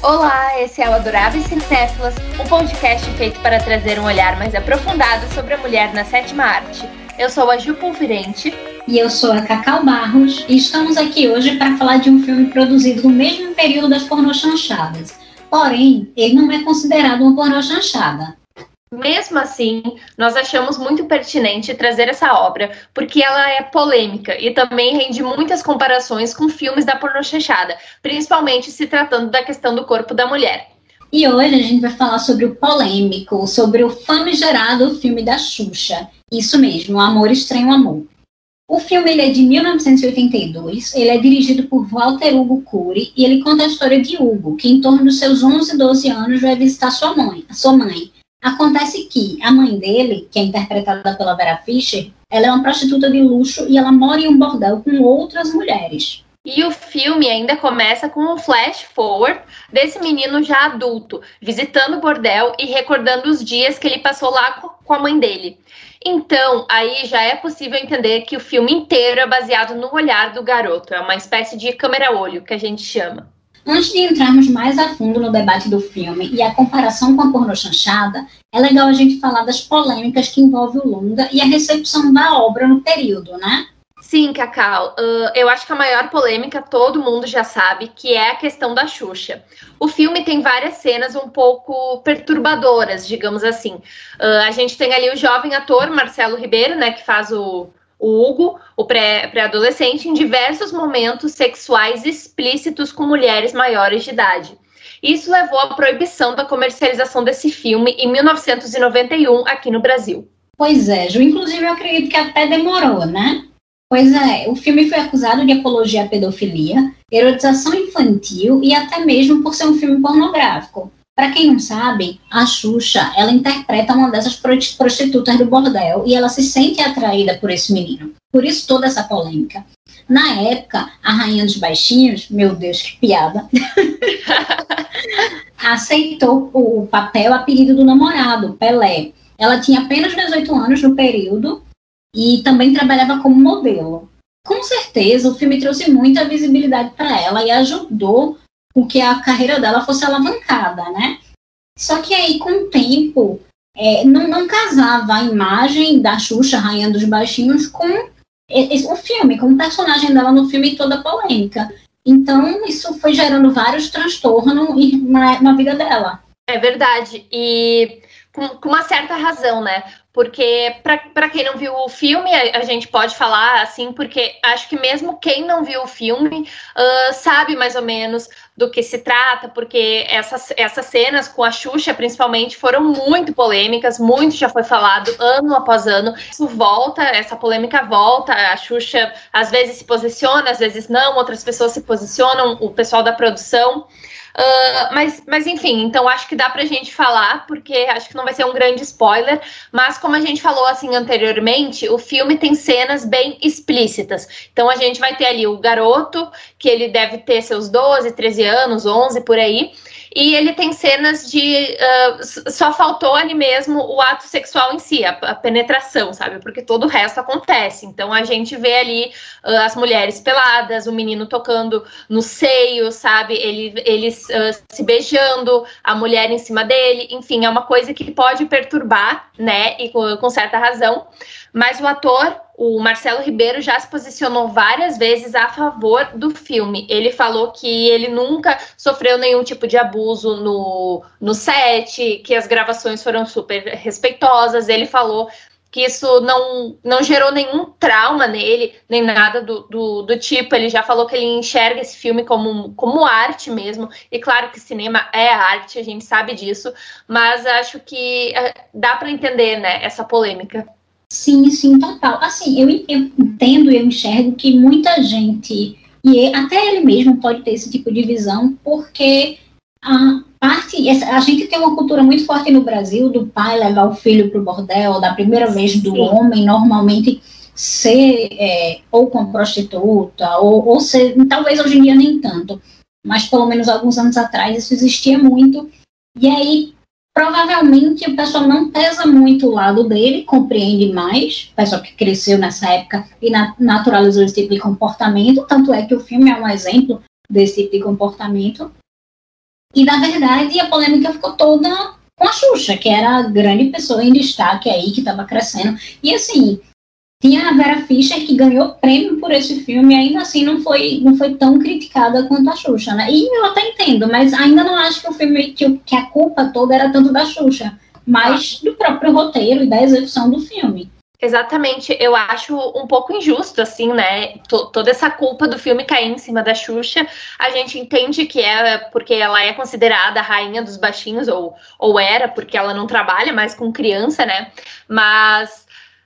Olá, esse é o Adoráveis Cinéfilas, um podcast feito para trazer um olhar mais aprofundado sobre a mulher na sétima arte. Eu sou a Ju Pulvirente. E eu sou a Cacau Barros, e estamos aqui hoje para falar de um filme produzido no mesmo período das pornochanchadas. Porém, ele não é considerado uma pornochanchada. Mesmo assim, nós achamos muito pertinente trazer essa obra, porque ela é polêmica e também rende muitas comparações com filmes da pornochanchada, principalmente se tratando da questão do corpo da mulher. E hoje a gente vai falar sobre o polêmico, sobre o famigerado filme da Xuxa. Isso mesmo, Amor Estranho Amor. O filme ele é de 1982, ele é dirigido por Walter Hugo Cury e ele conta a história de Hugo, que em torno dos seus 11, 12 anos vai visitar sua mãe. Acontece que a mãe dele, que é interpretada pela Vera Fischer, ela é uma prostituta de luxo e ela mora em um bordel com outras mulheres. E o filme ainda começa com um flash forward desse menino já adulto, visitando o bordel e recordando os dias que ele passou lá com a mãe dele. Então, aí já é possível entender que o filme inteiro é baseado no olhar do garoto. É uma espécie de câmera-olho, que a gente chama. Antes de entrarmos mais a fundo no debate do filme e a comparação com a pornochanchada, é legal a gente falar das polêmicas que envolvem o longa e a recepção da obra no período, né? Sim, Cacau, eu acho que a maior polêmica todo mundo já sabe, que é a questão da Xuxa. O filme tem várias cenas um pouco perturbadoras, digamos assim. A gente tem ali o jovem ator Marcelo Ribeiro, né, que faz o Hugo, o pré-adolescente, em diversos momentos sexuais explícitos com mulheres maiores de idade. Isso levou à proibição da comercialização desse filme em 1991 aqui no Brasil. Pois é, Ju, inclusive eu acredito que até demorou, né? Pois é, o filme foi acusado de apologia à pedofilia, erotização infantil e até mesmo por ser um filme pornográfico. Para quem não sabe, a Xuxa, ela interpreta uma dessas prostitutas do bordel e ela se sente atraída por esse menino. Por isso toda essa polêmica. Na época, a Rainha dos Baixinhos, meu Deus, que piada, aceitou o papel apelido do namorado, Pelé. Ela tinha apenas 18 anos no período e também trabalhava como modelo. Com certeza, o filme trouxe muita visibilidade para ela e ajudou com que a carreira dela fosse alavancada, né? Só que aí, com o tempo, não casava a imagem da Xuxa, Rainha dos Baixinhos, com o filme, com o personagem dela no filme e toda a polêmica. Então, isso foi gerando vários transtornos na vida dela. É verdade, e com uma certa razão, né? Porque, para quem não viu o filme, a gente pode falar assim, porque acho que mesmo quem não viu o filme sabe mais ou menos do que se trata, porque essas cenas com a Xuxa, principalmente, foram muito polêmicas, muito já foi falado ano após ano. Isso volta, essa polêmica volta, a Xuxa às vezes se posiciona, às vezes não, outras pessoas se posicionam, o pessoal da produção. Mas enfim, então acho que dá pra gente falar, porque acho que não vai ser um grande spoiler, mas como a gente falou assim anteriormente, o filme tem cenas bem explícitas. Então a gente vai ter ali o garoto, que ele deve ter seus 12, 13 anos, 11 por aí, e ele tem cenas de... só faltou ali mesmo o ato sexual em si, a penetração, sabe? Porque todo o resto acontece. Então a gente vê ali as mulheres peladas, o menino tocando no seio, sabe? Eles se beijando, a mulher em cima dele. Enfim, é uma coisa que pode perturbar, né? E com certa razão. Mas o ator, o Marcelo Ribeiro, já se posicionou várias vezes a favor do filme. Ele falou que ele nunca sofreu nenhum tipo de abuso no set, que as gravações foram super respeitosas. Ele falou que isso não gerou nenhum trauma nele, nem nada do tipo. Ele já falou que ele enxerga esse filme como arte mesmo. E claro que cinema é arte, a gente sabe disso. Mas acho que dá para entender, né, essa polêmica. Sim, total. Assim, eu entendo e eu enxergo que muita gente, e até ele mesmo pode ter esse tipo de visão, porque a gente tem uma cultura muito forte no Brasil do pai levar o filho para o bordel, da primeira vez do homem normalmente ser ou com prostituta, ou ser, talvez hoje em dia nem tanto, mas pelo menos alguns anos atrás isso existia muito, e aí provavelmente o pessoal não pesa muito o lado dele, compreende mais, o pessoal que cresceu nessa época e naturalizou esse tipo de comportamento, tanto é que o filme é um exemplo desse tipo de comportamento. E, na verdade, a polêmica ficou toda com a Xuxa, que era a grande pessoa em destaque aí, que estava crescendo. E, assim, tinha a Vera Fischer, que ganhou prêmio por esse filme, e ainda assim não foi tão criticada quanto a Xuxa, né? E eu até entendo, mas ainda não acho que o filme, que a culpa toda era tanto da Xuxa, mas do próprio roteiro e da execução do filme. Exatamente, eu acho um pouco injusto, assim, né, toda essa culpa do filme cair em cima da Xuxa. A gente entende que é porque ela é considerada a rainha dos baixinhos, ou era, porque ela não trabalha mais com criança, né, mas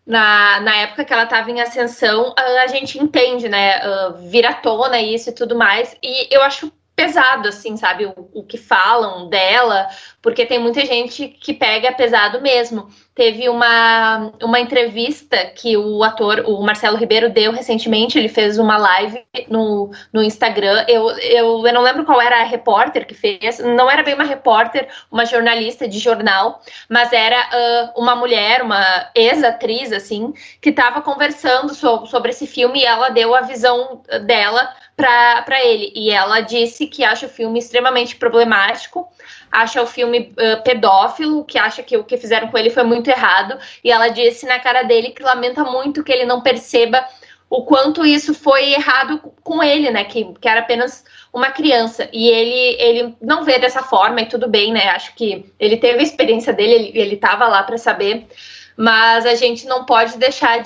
na época que ela estava em ascensão, a gente entende, né, vir à tona isso e tudo mais, e eu acho pesado, assim, sabe, o que falam dela, porque tem muita gente que pega pesado mesmo. Teve uma entrevista que o ator, o Marcelo Ribeiro, deu recentemente. Ele fez uma live no Instagram. Eu não lembro qual era a repórter que fez. Não era bem uma repórter, uma jornalista de jornal, mas era uma mulher, uma ex-atriz, assim, que estava conversando sobre esse filme, e ela deu a visão dela para ele. E ela disse que acha o filme extremamente problemático, acha o filme pedófilo, que acha que o que fizeram com ele foi muito errado, e ela disse na cara dele que lamenta muito que ele não perceba o quanto isso foi errado com ele, né, que era apenas uma criança, e ele não vê dessa forma, e tudo bem, né, acho que ele teve a experiência dele, ele estava lá para saber, mas a gente não pode deixar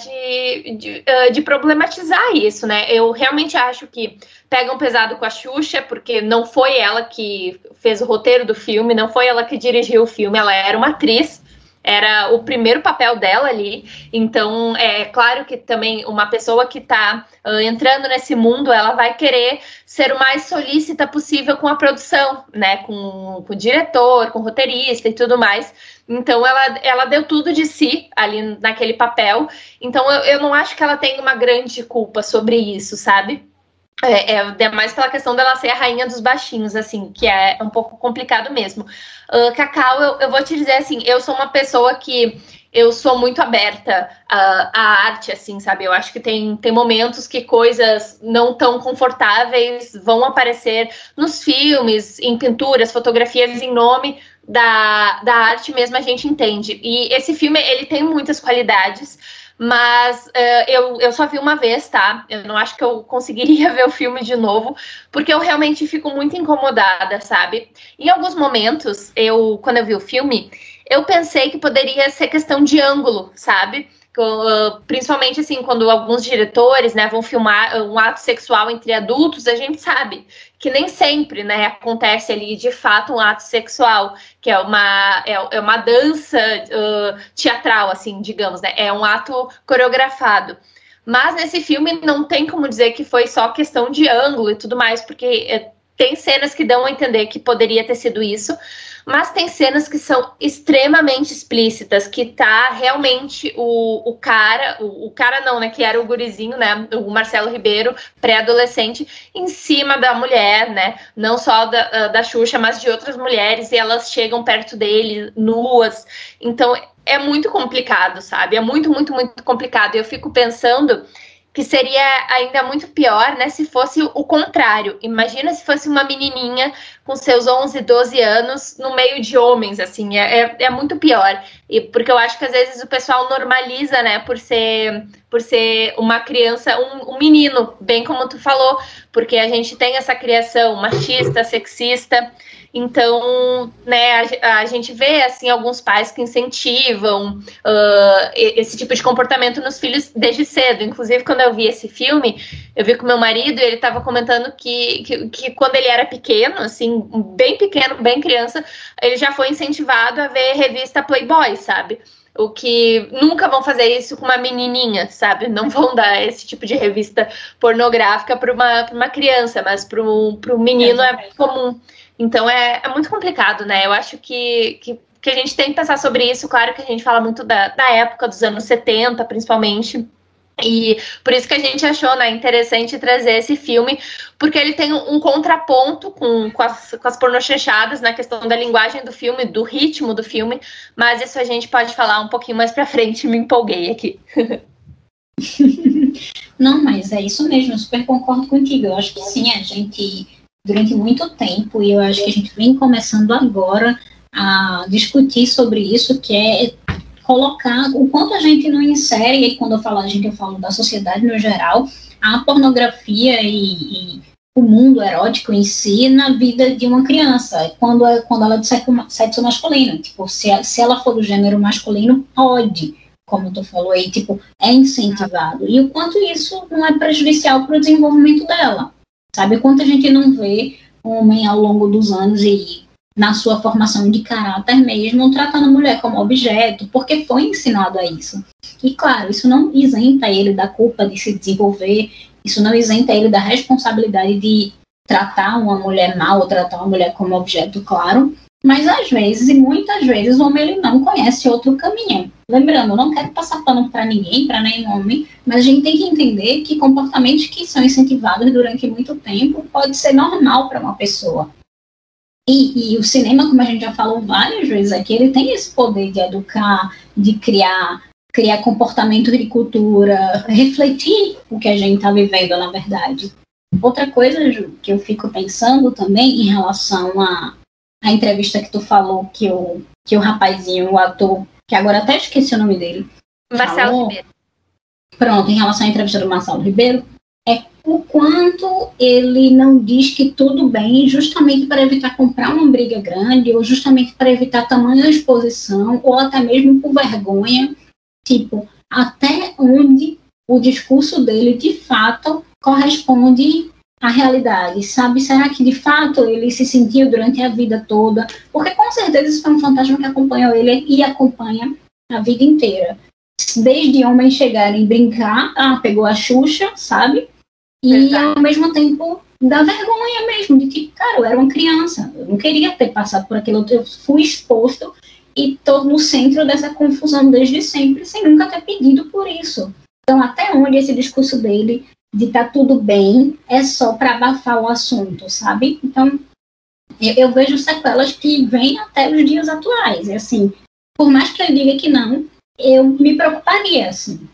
de problematizar isso, né? Eu realmente acho que pegam pesado com a Xuxa, porque não foi ela que fez o roteiro do filme, não foi ela que dirigiu o filme, ela era uma atriz, era o primeiro papel dela ali, então é claro que também uma pessoa que está entrando nesse mundo, ela vai querer ser o mais solícita possível com a produção, né, com o diretor, com o roteirista e tudo mais. Então ela deu tudo de si ali naquele papel, então eu não acho que ela tem uma grande culpa sobre isso, sabe? É mais pela questão dela ser a rainha dos baixinhos, assim, que é um pouco complicado mesmo. Cacau, eu vou te dizer assim, eu sou uma pessoa que eu sou muito aberta à arte, assim, sabe? Eu acho que tem momentos que coisas não tão confortáveis vão aparecer nos filmes, em pinturas, fotografias, em nome da arte mesmo, a gente entende. E esse filme, ele tem muitas qualidades, mas eu só vi uma vez, tá? Eu não acho que eu conseguiria ver o filme de novo, porque eu realmente fico muito incomodada, sabe? Em alguns momentos, quando eu vi o filme, eu pensei que poderia ser questão de ângulo, sabe? Principalmente assim, quando alguns diretores, né, vão filmar um ato sexual entre adultos, a gente sabe que nem sempre, né, acontece ali de fato um ato sexual, que é uma dança teatral, assim, digamos, né, é um ato coreografado. Mas nesse filme não tem como dizer que foi só questão de ângulo e tudo mais, porque tem cenas que dão a entender que poderia ter sido isso, mas tem cenas que são extremamente explícitas, que tá realmente o cara não, né, que era o gurizinho, né, o Marcelo Ribeiro, pré-adolescente, em cima da mulher, né, não só da Xuxa, mas de outras mulheres, e elas chegam perto dele, nuas. Então, é muito complicado, sabe? É muito, muito, muito complicado. E eu fico pensando que seria ainda muito pior, né, se fosse o contrário. Imagina se fosse uma menininha com seus 11, 12 anos no meio de homens, assim, é muito pior. E porque eu acho que às vezes o pessoal normaliza, né, por ser uma criança, um menino, bem como tu falou, porque a gente tem essa criação machista, sexista. Então, né, a gente vê, assim, alguns pais que incentivam esse tipo de comportamento nos filhos desde cedo. Inclusive, quando eu vi esse filme, eu vi com meu marido, e ele estava comentando que quando ele era pequeno, assim, bem pequeno, bem criança, ele já foi incentivado a ver revista Playboy, sabe? O que nunca vão fazer isso com uma menininha, sabe? Não vão dar esse tipo de revista pornográfica para uma criança, mas para um menino é comum. Então é muito complicado, né? Eu acho que a gente tem que pensar sobre isso. Claro que a gente fala muito da época dos anos 70, principalmente. E por isso que a gente achou, né, interessante trazer esse filme, porque ele tem um contraponto com as pornochanchadas na questão da linguagem do filme, do ritmo do filme, mas isso a gente pode falar um pouquinho mais pra frente. Me empolguei aqui. Não, mas é isso mesmo, eu super concordo contigo. Eu acho que sim, a gente durante muito tempo, e eu acho que a gente vem começando agora a discutir sobre isso, que é colocar o quanto a gente não insere, e quando eu falo a gente, eu falo da sociedade no geral, a pornografia e o mundo erótico em si na vida de uma criança, quando ela é de sexo masculino, tipo, se ela for do gênero masculino, pode, como tu falou aí, tipo, é incentivado, e o quanto isso não é prejudicial para o desenvolvimento dela, sabe, o quanto a gente não vê um homem ao longo dos anos e na sua formação de caráter mesmo, tratando a mulher como objeto, porque foi ensinado a isso. E, claro, isso não isenta ele da culpa de se desenvolver, isso não isenta ele da responsabilidade de tratar uma mulher mal ou tratar uma mulher como objeto, claro, mas às vezes, e muitas vezes, o homem ele não conhece outro caminho. Lembrando, eu não quero passar pano para ninguém, para nenhum homem, mas a gente tem que entender que comportamentos que são incentivados durante muito tempo pode ser normal para uma pessoa. E o cinema, como a gente já falou várias vezes aqui, ele tem esse poder de educar, de criar comportamentos de cultura, refletir o que a gente está vivendo, na verdade. Outra coisa, Ju, que eu fico pensando também em relação à entrevista que tu falou, que o rapazinho, o ator, que agora até esqueci o nome dele. Marcelo Ribeiro. Pronto, em relação à entrevista do Marcelo Ribeiro, é o quanto ele não diz que tudo bem justamente para evitar comprar uma briga grande, ou justamente para evitar tamanha exposição, ou até mesmo por vergonha, tipo, até onde o discurso dele de fato corresponde à realidade, sabe? Será que de fato ele se sentiu durante a vida toda? Porque com certeza isso foi um fantasma que acompanhou ele e acompanha a vida inteira. Desde homens chegarem a brincar, pegou a Xuxa, sabe? E verdade. Ao mesmo tempo da vergonha mesmo, de tipo, cara, eu era uma criança, eu não queria ter passado por aquilo, eu fui exposto e estou no centro dessa confusão desde sempre, sem nunca ter pedido por isso. Então, até onde esse discurso dele de tá tudo bem é só para abafar o assunto, sabe? Então, eu vejo sequelas que vêm até os dias atuais. E, assim, por mais que ele diga que não, eu me preocuparia, assim.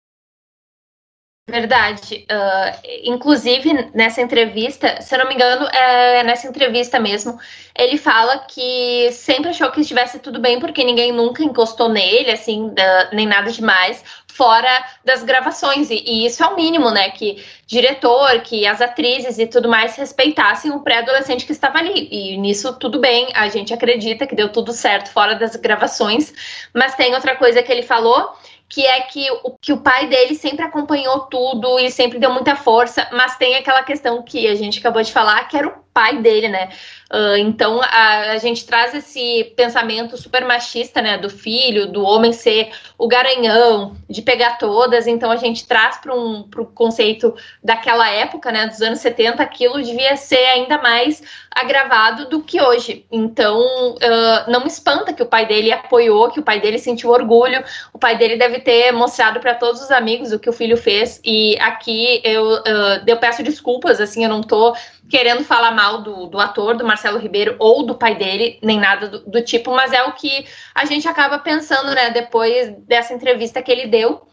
Verdade. Inclusive, nessa entrevista, se eu não me engano, é nessa entrevista mesmo, ele fala que sempre achou que estivesse tudo bem, porque ninguém nunca encostou nele, assim, nem nada demais, fora das gravações. E isso é o mínimo, né? Que diretor, que as atrizes e tudo mais respeitassem o pré-adolescente que estava ali. E nisso tudo bem, a gente acredita que deu tudo certo fora das gravações. Mas tem outra coisa que ele falou, que é que o pai dele sempre acompanhou tudo e sempre deu muita força, mas tem aquela questão que a gente acabou de falar, que era o pai dele, né? Então, a gente traz esse pensamento super machista, né? Do filho, do homem ser o garanhão, de pegar todas. Então, a gente traz para o conceito daquela época, né? Dos anos 70, aquilo devia ser ainda mais agravado do que hoje. Então, não me espanta que o pai dele apoiou, que o pai dele sentiu orgulho. O pai dele deve ter mostrado para todos os amigos o que o filho fez. E aqui eu peço desculpas, assim, eu não tô querendo falar mal do ator, do Marcelo Ribeiro, ou do pai dele, nem nada do tipo, mas é o que a gente acaba pensando, né, depois dessa entrevista que ele deu.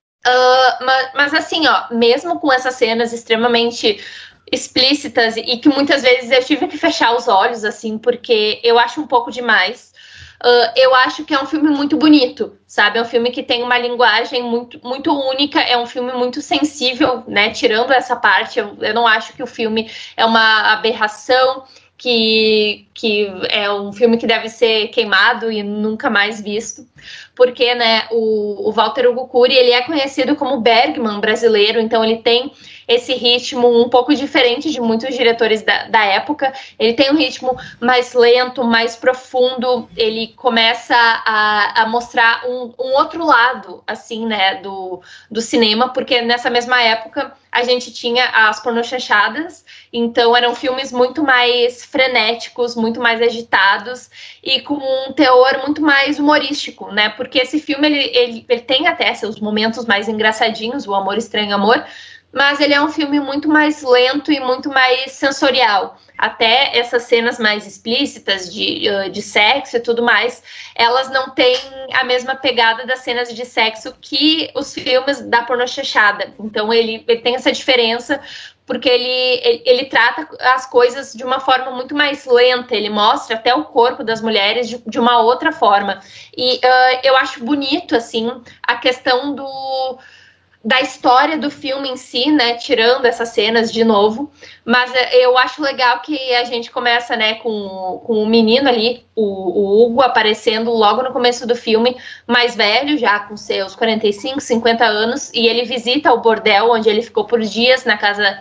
Mas assim, ó, mesmo com essas cenas extremamente explícitas e que muitas vezes eu tive que fechar os olhos, assim, porque eu acho um pouco demais. Eu acho que é um filme muito bonito, sabe? É um filme que tem uma linguagem muito, muito única, é um filme muito sensível, né? Tirando essa parte, eu não acho que o filme é uma aberração, que é um filme que deve ser queimado e nunca mais visto, porque, né, o Walter Hugo Cury, ele é conhecido como Bergman brasileiro, então ele tem esse ritmo um pouco diferente de muitos diretores da época. Ele tem um ritmo mais lento, mais profundo, ele começa a mostrar um outro lado, assim, né, do cinema, porque nessa mesma época a gente tinha as pornochanchadas, então eram filmes muito mais frenéticos, muito mais agitados e com um teor muito mais humorístico, né, porque esse filme, ele tem até seus momentos mais engraçadinhos, O Amor Estranho Amor, mas ele é um filme muito mais lento e muito mais sensorial. Até essas cenas mais explícitas de sexo e tudo mais, elas não têm a mesma pegada das cenas de sexo que os filmes da pornochanchada. Então ele tem essa diferença, porque ele trata as coisas de uma forma muito mais lenta, ele mostra até o corpo das mulheres de uma outra forma. E eu acho bonito, assim, a questão da história do filme em si, né, tirando essas cenas de novo, mas eu acho legal que a gente começa, né, com o menino ali, o Hugo, aparecendo logo no começo do filme, mais velho, já com seus 45, 50 anos, e ele visita o bordel, onde ele ficou por dias na casa...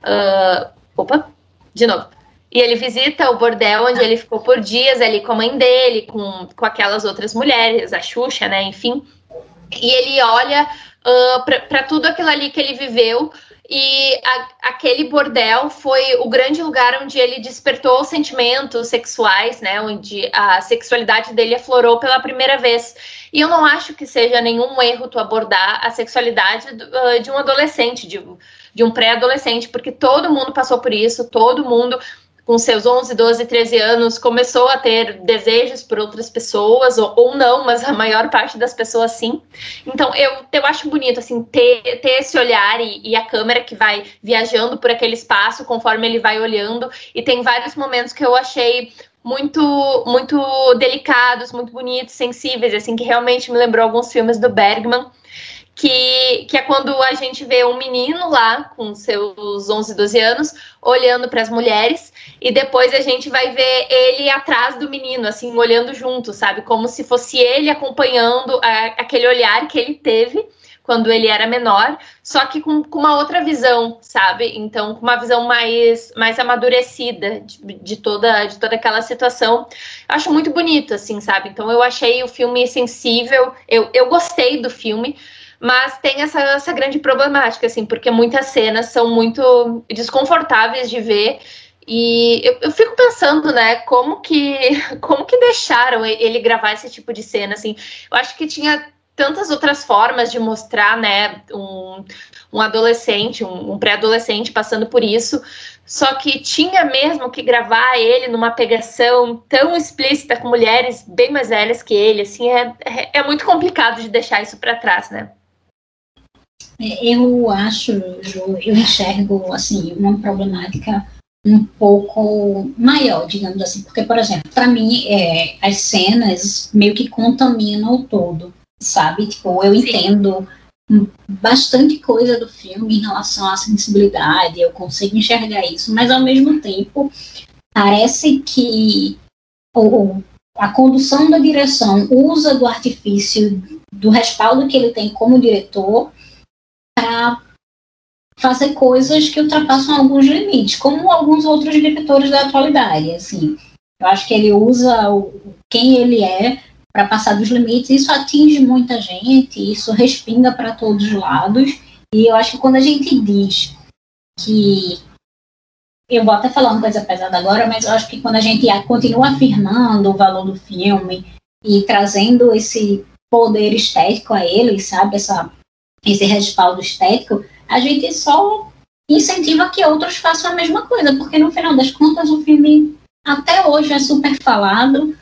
E ele visita o bordel, onde ele ficou por dias ali com a mãe dele, com aquelas outras mulheres, a Xuxa, né, enfim, e ele olha... para tudo aquilo ali que ele viveu, e aquele bordel foi o grande lugar onde ele despertou os sentimentos sexuais, né, onde a sexualidade dele aflorou pela primeira vez. E eu não acho que seja nenhum erro tu abordar a sexualidade de um adolescente, de um pré-adolescente, porque todo mundo passou por isso, todo mundo com seus 11, 12, 13 anos, começou a ter desejos por outras pessoas, ou não, mas a maior parte das pessoas sim. Então, eu acho bonito, assim, ter esse olhar e a câmera que vai viajando por aquele espaço conforme ele vai olhando, e tem vários momentos que eu achei muito, muito delicados, muito bonitos, sensíveis, assim, que realmente me lembrou alguns filmes do Bergman, que é quando a gente vê um menino lá com seus 11, 12 anos olhando para as mulheres, e depois a gente vai ver ele atrás do menino, assim, olhando junto, sabe? Como se fosse ele acompanhando aquele olhar que ele teve quando ele era menor, só que com uma outra visão, sabe? Então, com uma visão mais amadurecida de toda aquela situação. Eu acho muito bonito, assim, sabe? Então, eu achei o filme sensível, eu gostei do filme, mas tem essa grande problemática, assim, porque muitas cenas são muito desconfortáveis de ver, e eu fico pensando, né, como que deixaram ele gravar esse tipo de cena, assim. Eu acho que tinha tantas outras formas de mostrar, né, um adolescente, um pré-adolescente passando por isso, só que tinha mesmo que gravar ele numa pegação tão explícita com mulheres bem mais velhas que ele, assim, é muito complicado de deixar isso para trás, né. Eu acho, Ju, eu enxergo, assim, uma problemática um pouco maior, digamos assim, porque, por exemplo, para mim, as cenas meio que contaminam o todo, sabe? Tipo, eu entendo bastante coisa do filme em relação à sensibilidade, eu consigo enxergar isso, mas, ao mesmo tempo, parece que a condução da direção usa do artifício, do respaldo que ele tem como diretor, para fazer coisas que ultrapassam alguns limites, como alguns outros diretores da atualidade, assim. Eu acho que ele usa quem ele é para passar dos limites, isso atinge muita gente, isso respinga para todos os lados, e eu acho que quando a gente diz que... Eu vou até falar uma coisa pesada agora, mas eu acho que quando a gente continua afirmando o valor do filme e trazendo esse poder estético a ele, sabe, esse respaldo estético, a gente só incentiva que outros façam a mesma coisa, porque no final das contas o filme até hoje é super falado.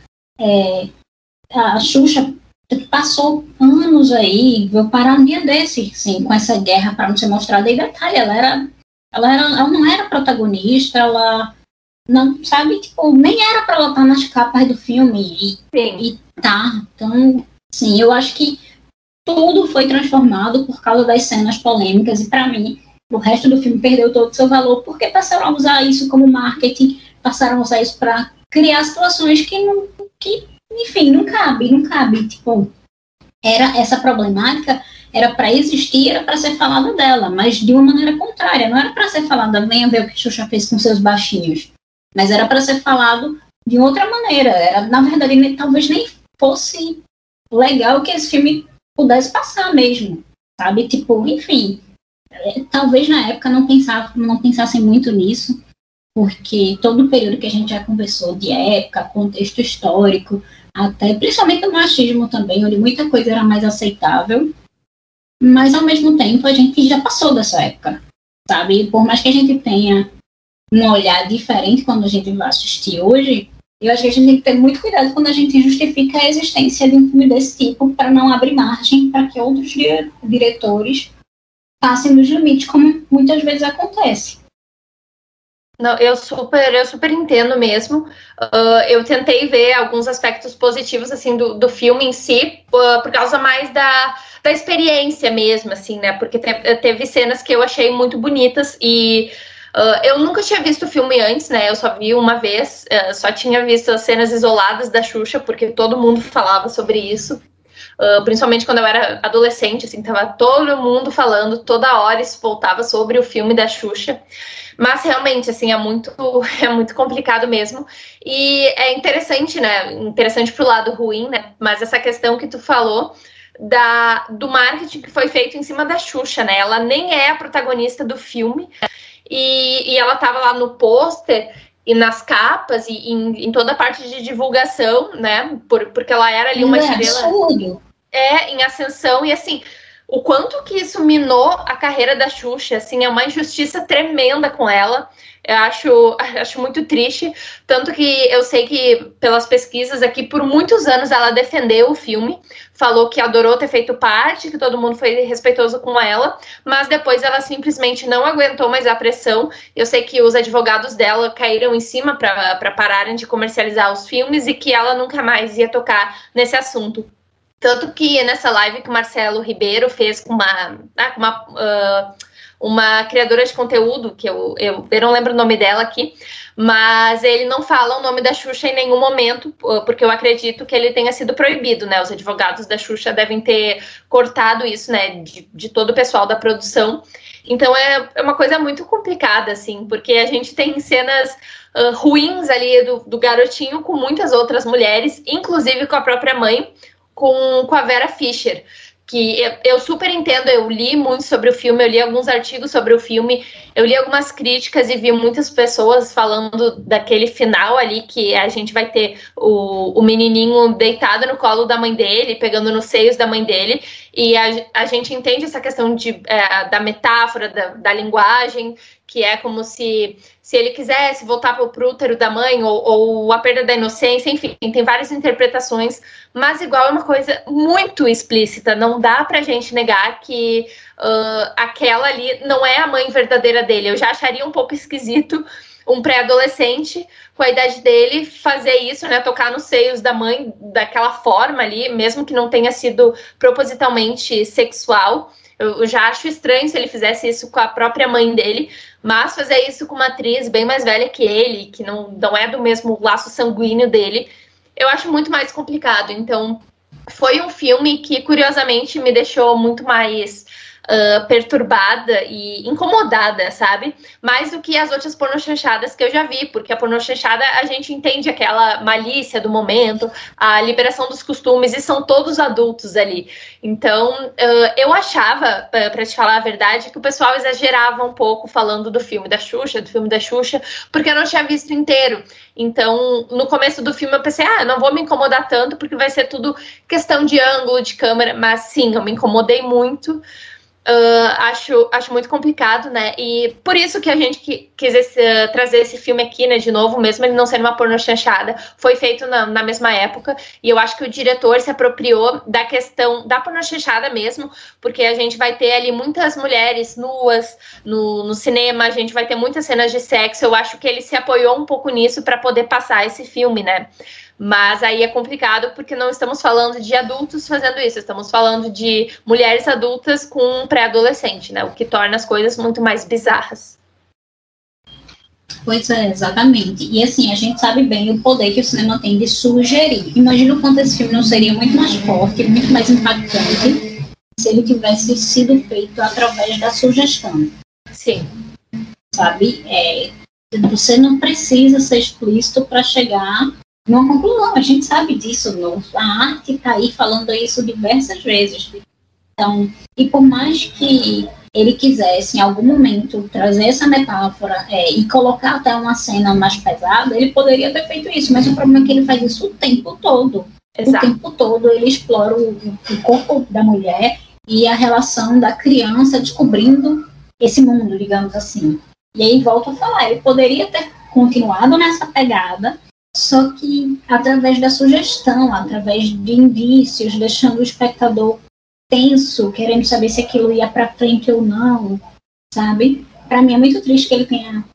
A Xuxa passou anos aí, veio parar um dia desse, sim, com essa guerra para não ser mostrada. E detalhe, ela não era protagonista, ela não, sabe, tipo, nem era para ela estar nas capas do filme e tá. Então, sim, eu acho que tudo foi transformado por causa das cenas polêmicas, e para mim o resto do filme perdeu todo o seu valor, porque passaram a usar isso como marketing, passaram a usar isso para criar situações que enfim, não cabe, tipo, essa problemática era para existir, era para ser falada dela, mas de uma maneira contrária, não era para ser falada, venha ver o que Xuxa fez com seus baixinhos, mas era para ser falado de outra maneira, na verdade, talvez nem fosse legal que esse filme pudesse passar mesmo, sabe? Tipo, enfim, talvez na época não pensassem muito nisso, porque todo o período que a gente já conversou de época, contexto histórico, até principalmente o machismo também, onde muita coisa era mais aceitável, mas ao mesmo tempo a gente já passou dessa época, sabe? E por mais que a gente tenha um olhar diferente quando a gente vai assistir hoje, eu acho que a gente tem que ter muito cuidado quando a gente justifica a existência de um filme desse tipo, para não abrir margem para que outros diretores passem dos limites, como muitas vezes acontece. Não, eu super entendo mesmo. Eu tentei ver alguns aspectos positivos, assim, do filme em si, por causa mais da experiência mesmo, assim, né? Porque teve cenas que eu achei muito bonitas e eu nunca tinha visto o filme antes, né? Eu só vi uma vez, só tinha visto as cenas isoladas da Xuxa, porque todo mundo falava sobre isso. Principalmente quando eu era adolescente, assim, tava todo mundo falando, toda hora isso voltava sobre o filme da Xuxa. Mas realmente, assim, é muito complicado mesmo. E é interessante, né? Interessante pro lado ruim, né? Mas essa questão que tu falou do marketing que foi feito em cima da Xuxa, né? Ela nem é a protagonista do filme. E ela tava lá no pôster e nas capas e em toda a parte de divulgação, né? Porque ela era ali uma estrela em ascensão e assim, o quanto que isso minou a carreira da Xuxa, assim, é uma injustiça tremenda com ela. Eu acho muito triste, tanto que eu sei que pelas pesquisas aqui, por muitos anos ela defendeu o filme, falou que adorou ter feito parte, que todo mundo foi respeitoso com ela, mas depois ela simplesmente não aguentou mais a pressão. Eu sei que os advogados dela caíram em cima para pararem de comercializar os filmes e que ela nunca mais ia tocar nesse assunto. Tanto que nessa live que o Marcelo Ribeiro fez com uma criadora de conteúdo, que eu não lembro o nome dela aqui, mas ele não fala o nome da Xuxa em nenhum momento, porque eu acredito que ele tenha sido proibido, né? Os advogados da Xuxa devem ter cortado isso, né? De todo o pessoal da produção. Então é uma coisa muito complicada, assim, porque a gente tem cenas ruins ali do garotinho com muitas outras mulheres, inclusive com a própria mãe, com a Vera Fischer, que eu super entendo, eu li muito sobre o filme, eu li alguns artigos sobre o filme, eu li algumas críticas e vi muitas pessoas falando daquele final ali, que a gente vai ter o menininho deitado no colo da mãe dele, pegando nos seios da mãe dele, e a gente entende essa questão da metáfora, da linguagem, que é como se ele quisesse voltar para o útero da mãe, ou a perda da inocência, enfim, tem várias interpretações, mas igual é uma coisa muito explícita, não dá pra gente negar que aquela ali não é a mãe verdadeira dele. Eu já acharia um pouco esquisito um pré-adolescente com a idade dele fazer isso, né, tocar nos seios da mãe daquela forma ali, mesmo que não tenha sido propositalmente sexual. Eu já acho estranho se ele fizesse isso com a própria mãe dele, mas fazer isso com uma atriz bem mais velha que ele, que não é do mesmo laço sanguíneo dele, eu acho muito mais complicado. Então, foi um filme que, curiosamente, me deixou muito mais perturbada e incomodada, sabe? Mais do que as outras pornochanchadas que eu já vi, porque a pornochanchada a gente entende aquela malícia do momento, a liberação dos costumes, e são todos adultos ali. Então, eu achava, para te falar a verdade, que o pessoal exagerava um pouco falando do filme da Xuxa, porque eu não tinha visto inteiro. Então, no começo do filme eu pensei, não vou me incomodar tanto, porque vai ser tudo questão de ângulo, de câmera, mas sim, eu me incomodei muito. Acho muito complicado, né? E por isso que a gente quis trazer esse filme aqui, né? De novo, mesmo ele não sendo uma pornochanchada, foi feito na mesma época. E eu acho que o diretor se apropriou da questão da pornochanchada mesmo, porque a gente vai ter ali muitas mulheres nuas no cinema, a gente vai ter muitas cenas de sexo. Eu acho que ele se apoiou um pouco nisso para poder passar esse filme, né? Mas aí é complicado porque não estamos falando de adultos fazendo isso, estamos falando de mulheres adultas com um pré-adolescente, né? O que torna as coisas muito mais bizarras. Pois é, exatamente. E assim, a gente sabe bem o poder que o cinema tem de sugerir. Imagina o quanto esse filme não seria muito mais forte, muito mais impactante, se ele tivesse sido feito através da sugestão. Sim. Sabe? Você não precisa ser explícito para chegar numa conclusão, a gente sabe disso, a arte está aí falando isso diversas vezes. Então, e por mais que ele quisesse, em algum momento, trazer essa metáfora e colocar até uma cena mais pesada, ele poderia ter feito isso, mas o problema é que ele faz isso o tempo todo. Exato. O tempo todo ele explora o corpo da mulher e a relação da criança descobrindo esse mundo, digamos assim. E aí, volto a falar, ele poderia ter continuado nessa pegada, só que através da sugestão, através de indícios, deixando o espectador tenso, querendo saber se aquilo ia para frente ou não, sabe? Para mim é muito triste que ele tenha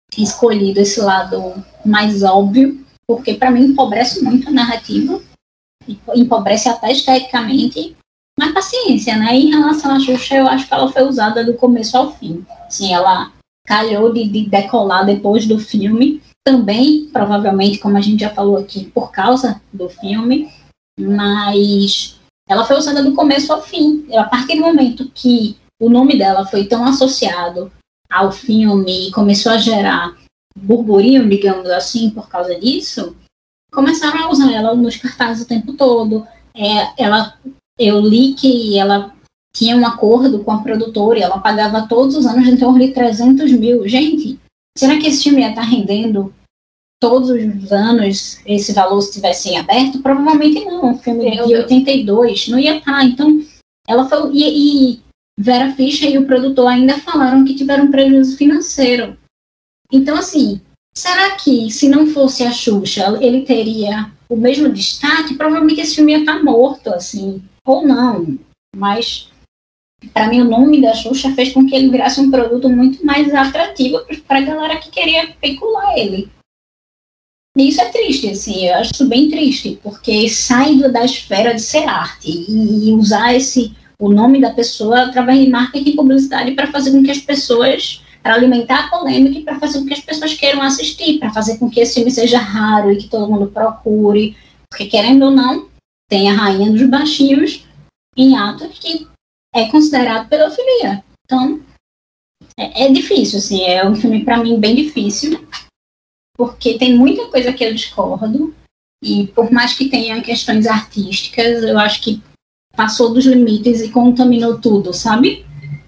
escolhido esse lado mais óbvio, porque para mim empobrece muito a narrativa, empobrece até esteticamente, mas paciência, né? Em relação à Xuxa, eu acho que ela foi usada do começo ao fim. Assim, ela calhou de decolar depois do filme, também, provavelmente, como a gente já falou aqui, por causa do filme, mas ela foi usada do começo ao fim. A partir do momento que o nome dela foi tão associado ao filme e começou a gerar burburinho, digamos assim, por causa disso, começaram a usar ela nos cartazes o tempo todo. Eu li que ela tinha um acordo com a produtora e ela pagava todos os anos em torno de 300 mil. Gente, será que esse filme ia estar rendendo todos os anos esse valor se tivesse em aberto? Provavelmente não. Um filme de 82 não ia estar. Então, ela foi... E Vera Fischer e o produtor ainda falaram que tiveram prejuízo financeiro. Então, assim, será que se não fosse a Xuxa, ele teria o mesmo destaque? Provavelmente esse filme ia estar morto, assim, ou não. Mas, para mim, o nome da Xuxa fez com que ele virasse um produto muito mais atrativo para a galera que queria especular ele. E isso é triste, assim, eu acho isso bem triste, porque sai da esfera de ser arte e usar o nome da pessoa através de marketing e publicidade para fazer com que as pessoas, para alimentar a polêmica e para fazer com que as pessoas queiram assistir, para fazer com que esse filme seja raro e que todo mundo procure, porque querendo ou não, tem a rainha dos baixinhos em ato que é considerado pedofilia. Então, é difícil, assim, é um filme para mim bem difícil, porque tem muita coisa que eu discordo, e por mais que tenha questões artísticas, eu acho que passou dos limites e contaminou tudo, sabe?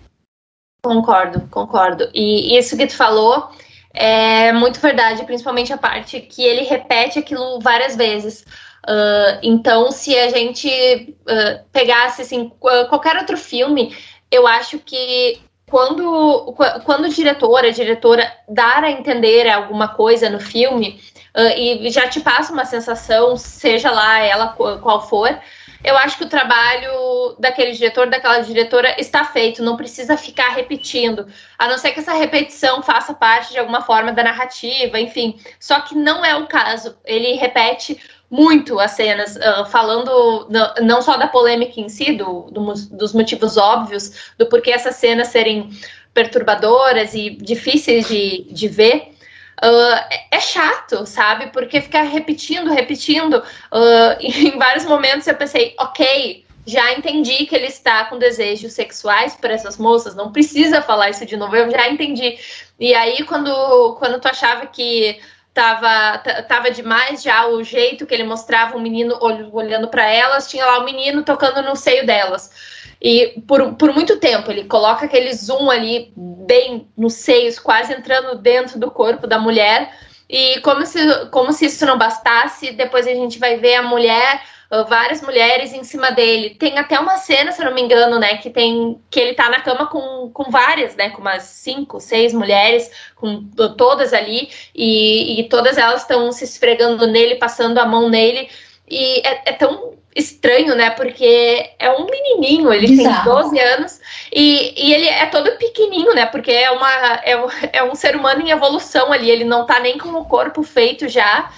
Concordo. E isso que tu falou é muito verdade, principalmente a parte que ele repete aquilo várias vezes. Então, se a gente pegasse assim, qualquer outro filme, eu acho que quando a diretora dar a entender alguma coisa no filme e já te passa uma sensação, seja lá ela qual for, eu acho que o trabalho daquele diretor, daquela diretora está feito, não precisa ficar repetindo, a não ser que essa repetição faça parte de alguma forma da narrativa, enfim. Só que não é o caso, ele repete muito as cenas, falando não só da polêmica em si, dos motivos óbvios, do porquê essas cenas serem perturbadoras e difíceis de ver. É chato, sabe? Porque ficar repetindo. Em vários momentos eu pensei, ok, já entendi que ele está com desejos sexuais por essas moças, não precisa falar isso de novo, eu já entendi. E aí, quando tu achava que tava demais já o jeito que ele mostrava um menino olhando para elas, tinha lá o menino tocando no seio delas. E por muito tempo ele coloca aquele zoom ali bem nos seios, quase entrando dentro do corpo da mulher, e como se isso não bastasse, depois a gente vai ver a mulher, várias mulheres em cima dele. Tem até uma cena, se eu não me engano, né, que ele tá na cama com várias, né, com umas 5, 6 mulheres, com todas ali, e todas elas estão se esfregando nele, passando a mão nele, e é tão estranho, né, porque é um menininho, ele tem 12 anos, e ele é todo pequenininho, né, porque é um ser humano em evolução ali, ele não tá nem com o corpo feito já,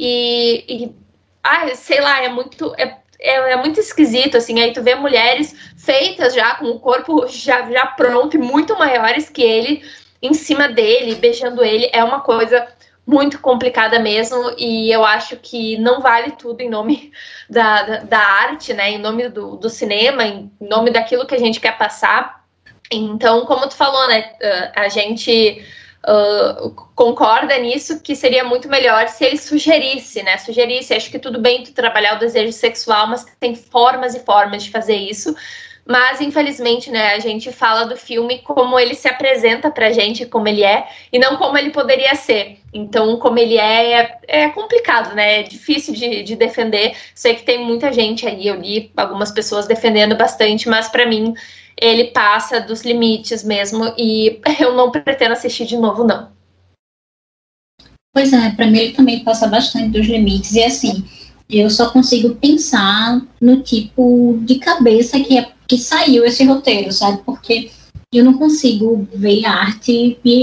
sei lá, é muito esquisito, assim. Aí tu vê mulheres feitas já, com o corpo já pronto e muito maiores que ele, em cima dele, beijando ele. É uma coisa muito complicada mesmo, e eu acho que não vale tudo em nome da arte, né, em nome do cinema, em nome daquilo que a gente quer passar. Então, como tu falou, né, a gente concorda nisso, que seria muito melhor se ele sugerisse, acho que tudo bem tu trabalhar o desejo sexual, mas tem formas e formas de fazer isso. Mas, infelizmente, né, a gente fala do filme como ele se apresenta pra gente, como ele é, e não como ele poderia ser. Então, como ele é complicado, né? É difícil de defender. Sei que tem muita gente aí, eu li algumas pessoas defendendo bastante, mas pra mim ele passa dos limites mesmo, e eu não pretendo assistir de novo, não. Pois é, pra mim ele também passa bastante dos limites, e assim, eu só consigo pensar no tipo de cabeça que saiu esse roteiro, sabe? Porque eu não consigo ver arte e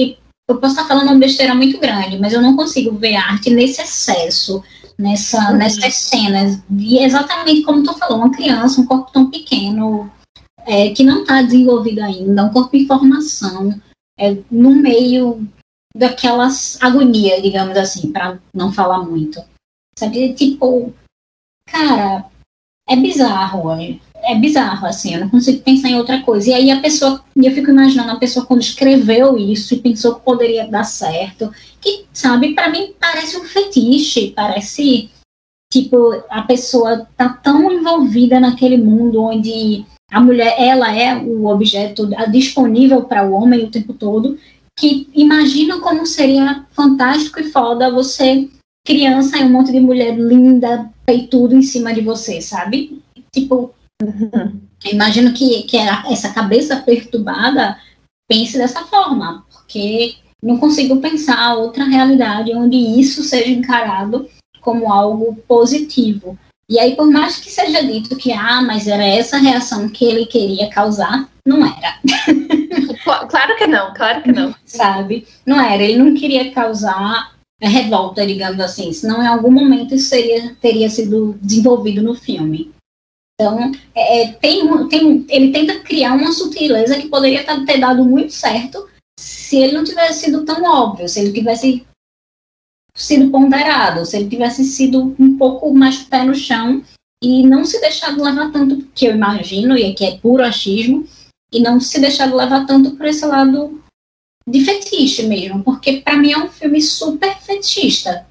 eu posso estar falando uma besteira muito grande, mas eu não consigo ver arte nesse excesso, nessas cenas. E exatamente como tu falou, uma criança, um corpo tão pequeno, que não está desenvolvido ainda, um corpo em formação, no meio daquelas agonia, digamos assim, para não falar muito. Sabe, tipo, cara, é bizarro, assim, eu não consigo pensar em outra coisa. E aí eu fico imaginando a pessoa quando escreveu isso e pensou que poderia dar certo, que, sabe, para mim parece um fetiche, parece, tipo, a pessoa tá tão envolvida naquele mundo onde a mulher, ela é o objeto disponível para o homem o tempo todo, que imagina como seria fantástico e foda você, criança, e um monte de mulher linda, peitudo em cima de você, sabe? Tipo, eu imagino que essa cabeça perturbada pense dessa forma, porque não consigo pensar outra realidade onde isso seja encarado como algo positivo. E aí, por mais que seja dito que, mas era essa reação que ele queria causar, não era. Claro que não. Sabe? Não era, ele não queria causar revolta, digamos assim, senão em algum momento isso teria sido desenvolvido no filme. Então, ele tenta criar uma sutileza que poderia ter dado muito certo se ele não tivesse sido tão óbvio, se ele tivesse sido ponderado, se ele tivesse sido um pouco mais pé no chão e não se deixado levar tanto, que eu imagino, e aqui é puro achismo, e não se deixado levar tanto por esse lado de fetiche mesmo, porque para mim é um filme super fetichista.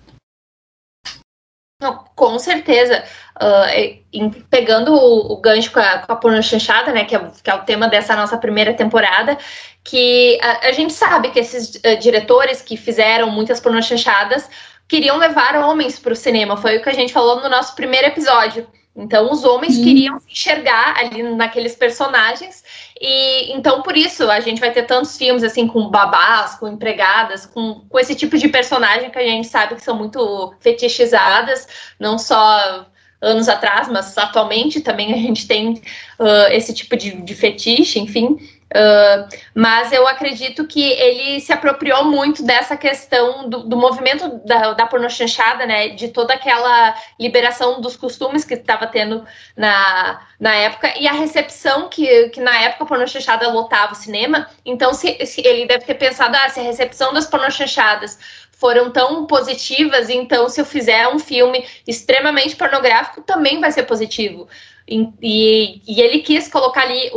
Não, com certeza. Pegando o gancho com a pornochanchada, né, que é o tema dessa nossa primeira temporada, que a gente sabe que esses diretores que fizeram muitas pornochanchadas queriam levar homens para o cinema. Foi o que a gente falou no nosso primeiro episódio. Então, os homens queriam se enxergar ali naqueles personagens. E então, por isso, a gente vai ter tantos filmes assim com babás, com empregadas, com esse tipo de personagem que a gente sabe que são muito fetichizadas, não só anos atrás, mas atualmente também a gente tem esse tipo de fetiche, enfim. Mas eu acredito que ele se apropriou muito dessa questão do movimento da pornochanchada, né, de toda aquela liberação dos costumes que estava tendo na época, e a recepção que na época a pornochanchada lotava o cinema. Então se ele deve ter pensado, se a recepção das pornochanchadas foram tão positivas, então se eu fizer um filme extremamente pornográfico também vai ser positivo. E ele quis colocar ali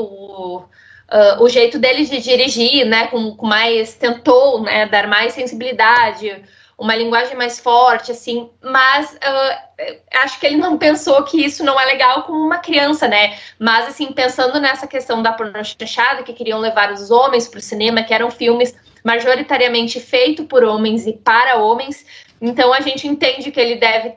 o jeito dele de dirigir, né, com mais, tentou, né, dar mais sensibilidade, uma linguagem mais forte, assim, mas acho que ele não pensou que isso não é legal com uma criança, né, mas, assim, pensando nessa questão da pornochanchada, que queriam levar os homens para o cinema, que eram filmes majoritariamente feitos por homens e para homens, então a gente entende que ele deve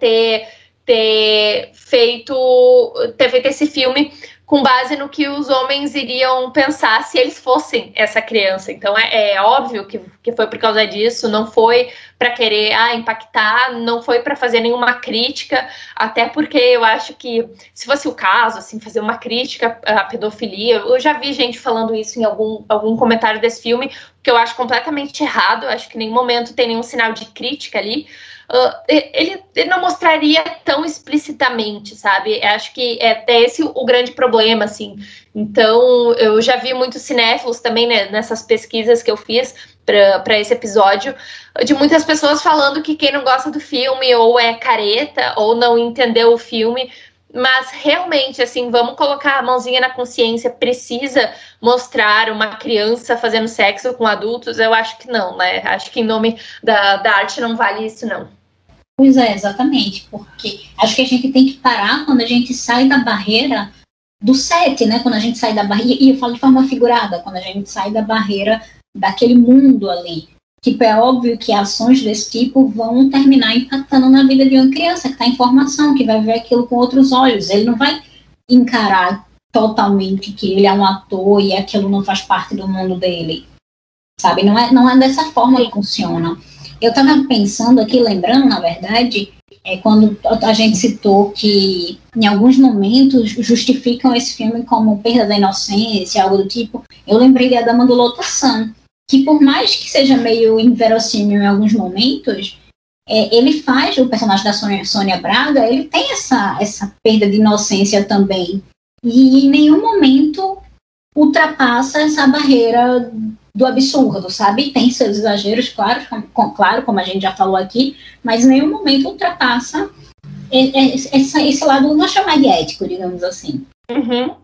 ter feito esse filme com base no que os homens iriam pensar se eles fossem essa criança. Então é óbvio que foi por causa disso, não foi para querer impactar, não foi para fazer nenhuma crítica, até porque eu acho que se fosse o caso, assim, fazer uma crítica à pedofilia, eu já vi gente falando isso em algum comentário desse filme, que eu acho completamente errado, acho que em nenhum momento tem nenhum sinal de crítica ali. Ele não mostraria tão explicitamente, sabe? Acho que é esse o grande problema, assim. Então, eu já vi muitos cinéfilos também, né, nessas pesquisas que eu fiz para esse episódio, de muitas pessoas falando que quem não gosta do filme ou é careta ou não entendeu o filme. Mas realmente, assim, vamos colocar a mãozinha na consciência, precisa mostrar uma criança fazendo sexo com adultos? Eu acho que não, né? Acho que em nome da arte não vale isso, não. Pois é, exatamente, porque acho que a gente tem que parar quando a gente sai da barreira do set, né? Quando a gente sai da barreira, e eu falo de forma figurada, quando a gente sai da barreira daquele mundo ali. Tipo, é óbvio que ações desse tipo vão terminar impactando na vida de uma criança que está em formação, que vai ver aquilo com outros olhos. Ele não vai encarar totalmente que ele é um ator e aquilo não faz parte do mundo dele. Sabe? Não é dessa forma que funciona. Eu estava pensando aqui, lembrando, na verdade, quando a gente citou que em alguns momentos justificam esse filme como perda da inocência, algo do tipo, eu lembrei de A Dama do Lotação, que por mais que seja meio inverossímil em alguns momentos, ele faz, o personagem da Sônia Braga, ele tem essa perda de inocência também. E em nenhum momento ultrapassa essa barreira do absurdo, sabe? Tem seus exageros, claro, como a gente já falou aqui, mas em nenhum momento ultrapassa esse lado, não vou chamar de ético, digamos assim. Uhum.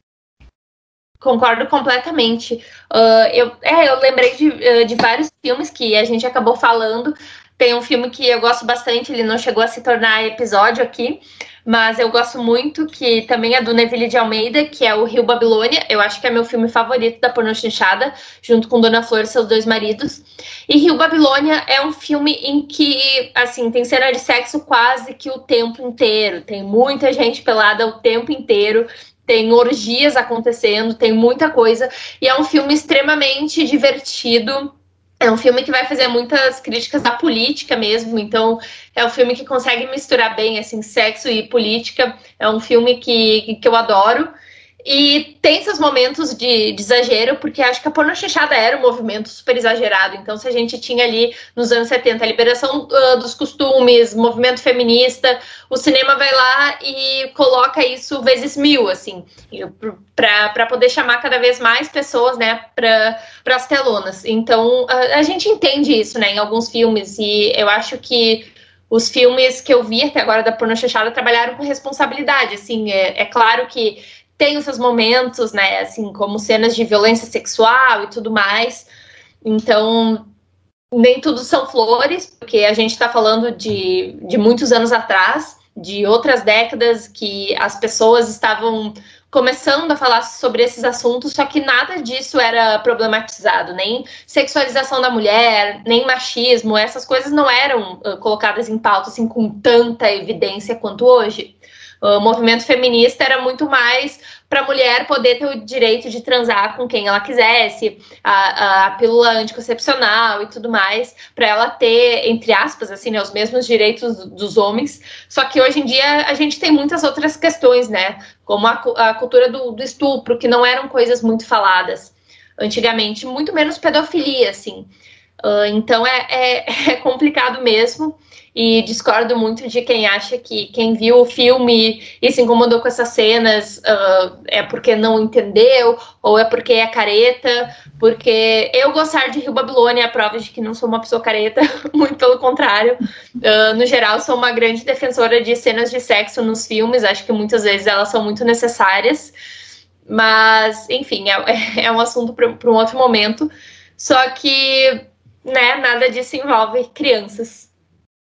Concordo completamente. Eu lembrei de vários filmes que a gente acabou falando. Tem um filme que eu gosto bastante, ele não chegou a se tornar episódio aqui, mas eu gosto muito, que também é do Neville de Almeida, que é o Rio Babilônia. Eu acho que é meu filme favorito da pornochanchada, junto com Dona Flor e seus dois maridos. E Rio Babilônia é um filme em que, assim, tem cena de sexo quase que o tempo inteiro. Tem muita gente pelada o tempo inteiro. Tem orgias acontecendo, tem muita coisa. E é um filme extremamente divertido. É um filme que vai fazer muitas críticas à política mesmo. Então, é um filme que consegue misturar bem, assim, sexo e política. É um filme que eu adoro. E tem seus momentos de exagero, porque acho que a pornochanchada era um movimento super exagerado. Então, se a gente tinha ali nos anos 70 a liberação dos costumes, movimento feminista, o cinema vai lá e coloca isso vezes 1000, assim, para poder chamar cada vez mais pessoas, né, para as telonas. Então, a gente entende isso, né, em alguns filmes, e eu acho que os filmes que eu vi até agora da pornochanchada trabalharam com responsabilidade, assim, é claro que tem os seus momentos, né, assim, como cenas de violência sexual e tudo mais. Então, nem tudo são flores, porque a gente está falando de muitos anos atrás, de outras décadas que as pessoas estavam começando a falar sobre esses assuntos, só que nada disso era problematizado, nem sexualização da mulher, nem machismo, essas coisas não eram colocadas em pauta assim, com tanta evidência quanto hoje. O movimento feminista era muito mais para a mulher poder ter o direito de transar com quem ela quisesse, a pílula anticoncepcional e tudo mais, para ela ter, entre aspas, assim, né, os mesmos direitos dos homens. Só que hoje em dia a gente tem muitas outras questões, né? Como a cultura do estupro, que não eram coisas muito faladas antigamente, muito menos pedofilia, assim. Então é complicado mesmo. E discordo muito de quem acha que quem viu o filme e se incomodou com essas cenas é porque não entendeu ou é porque é careta, porque eu gostar de Rio Babilônia é a prova de que não sou uma pessoa careta, muito pelo contrário. No geral, sou uma grande defensora de cenas de sexo nos filmes, acho que muitas vezes elas são muito necessárias, mas, enfim, é um assunto para um outro momento. Só que, né, nada disso envolve crianças.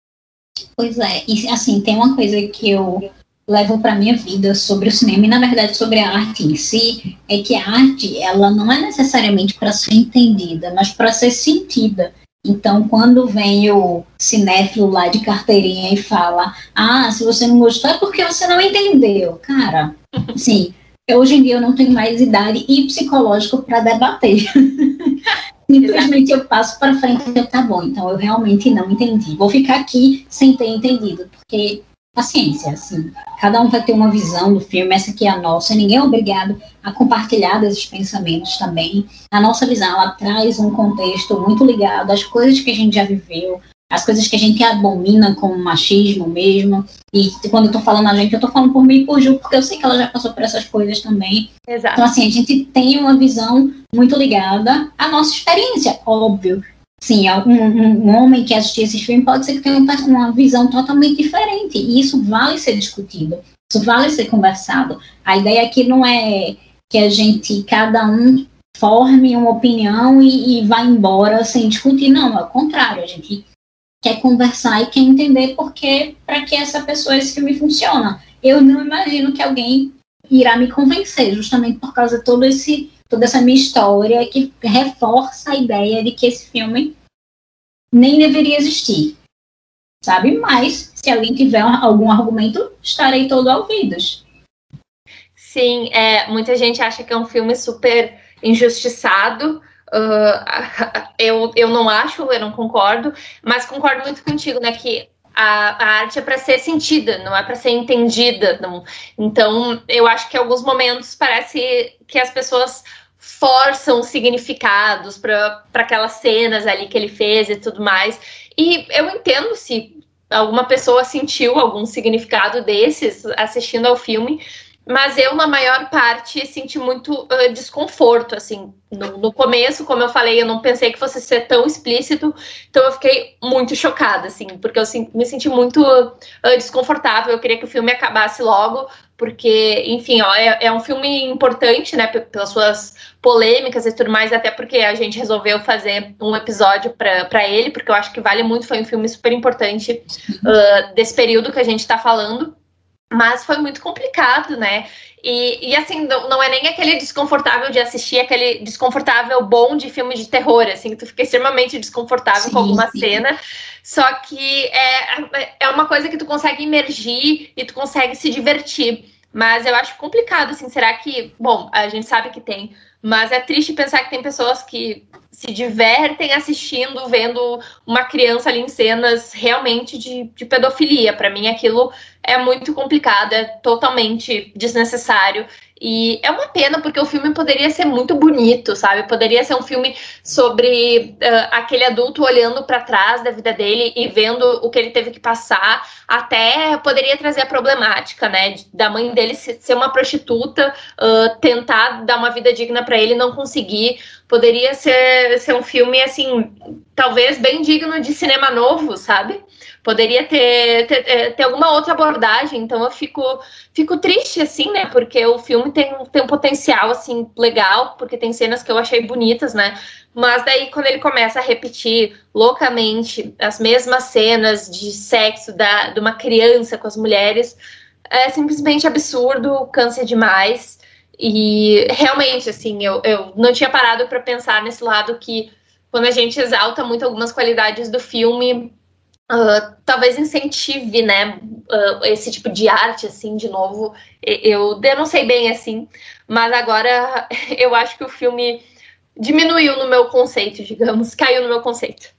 Pois é, e assim, tem uma coisa que eu levo para minha vida sobre o cinema e, na verdade, sobre a arte em si, é que a arte, ela não é necessariamente para ser entendida, mas para ser sentida. Então, quando vem o cinéfilo lá de carteirinha e fala, se você não gostou é porque você não entendeu. Cara, assim, hoje em dia eu não tenho mais idade e psicológico para debater. Simplesmente eu passo para frente e tá bom, então eu realmente não entendi. Vou ficar aqui sem ter entendido, porque paciência, assim, cada um vai ter uma visão do filme, essa aqui é a nossa, ninguém é obrigado a compartilhar desses pensamentos também. A nossa visão, ela traz um contexto muito ligado às coisas que a gente já viveu, as coisas que a gente abomina como machismo mesmo, e quando eu tô falando a gente, eu tô falando por mim e por Ju, porque eu sei que ela já passou por essas coisas também. Exato. Então, assim, a gente tem uma visão muito ligada à nossa experiência, óbvio. Sim, um homem que assistir esses filmes pode ser que tenha uma visão totalmente diferente, e isso vale ser discutido, isso vale ser conversado. A ideia aqui não é que a gente, cada um, forme uma opinião e vá embora sem discutir, não, é o contrário, a gente quer conversar e quer entender porque para que essa pessoa, esse filme funciona. Eu não imagino que alguém irá me convencer, justamente por causa de toda essa minha história que reforça a ideia de que esse filme nem deveria existir, sabe? Mas, se alguém tiver algum argumento, estarei todo ouvidos. Sim, muita gente acha que é um filme super injustiçado. Eu não acho, eu não concordo, mas concordo muito contigo, né, que a arte é para ser sentida, não é para ser entendida. Não. Então, eu acho que em alguns momentos parece que as pessoas forçam significados para aquelas cenas ali que ele fez e tudo mais. E eu entendo se alguma pessoa sentiu algum significado desses assistindo ao filme, mas eu, na maior parte, senti muito desconforto, assim. No começo, como eu falei, eu não pensei que fosse ser tão explícito, então eu fiquei muito chocada, assim, porque eu me senti muito desconfortável. Eu queria que o filme acabasse logo, porque, enfim, ó, é um filme importante, né, pelas suas polêmicas e tudo mais, até porque a gente resolveu fazer um episódio para ele, porque eu acho que vale muito, foi um filme super importante desse período que a gente tá falando. Mas foi muito complicado, né? E assim, não é nem aquele desconfortável de assistir, aquele desconfortável bom de filme de terror, assim, tu fica extremamente desconfortável com alguma cena, só que é uma coisa que tu consegue imergir e tu consegue se divertir. Mas eu acho complicado, assim, será que... Bom, a gente sabe que tem, mas é triste pensar que tem pessoas que se divertem assistindo, vendo uma criança ali em cenas realmente de pedofilia. Para mim, aquilo é muito complicado, é totalmente desnecessário. E é uma pena, porque o filme poderia ser muito bonito, sabe? Poderia ser um filme sobre aquele adulto olhando para trás da vida dele e vendo o que ele teve que passar. Até poderia trazer a problemática, né? Da mãe dele ser uma prostituta, tentar dar uma vida digna para ele e não conseguir. Poderia ser um filme, assim, talvez bem digno de cinema novo, sabe? Poderia ter alguma outra abordagem. Então eu fico triste, assim, né? Porque o filme tem um potencial, assim, legal, porque tem cenas que eu achei bonitas, né? Mas daí, quando ele começa a repetir loucamente as mesmas cenas de sexo de uma criança com as mulheres, é simplesmente absurdo, cansa demais. E realmente, assim, eu não tinha parado para pensar nesse lado que quando a gente exalta muito algumas qualidades do filme, talvez incentive, né, esse tipo de arte, assim, de novo. Eu não sei bem, assim, mas agora eu acho que o filme diminuiu no meu conceito, digamos, caiu no meu conceito.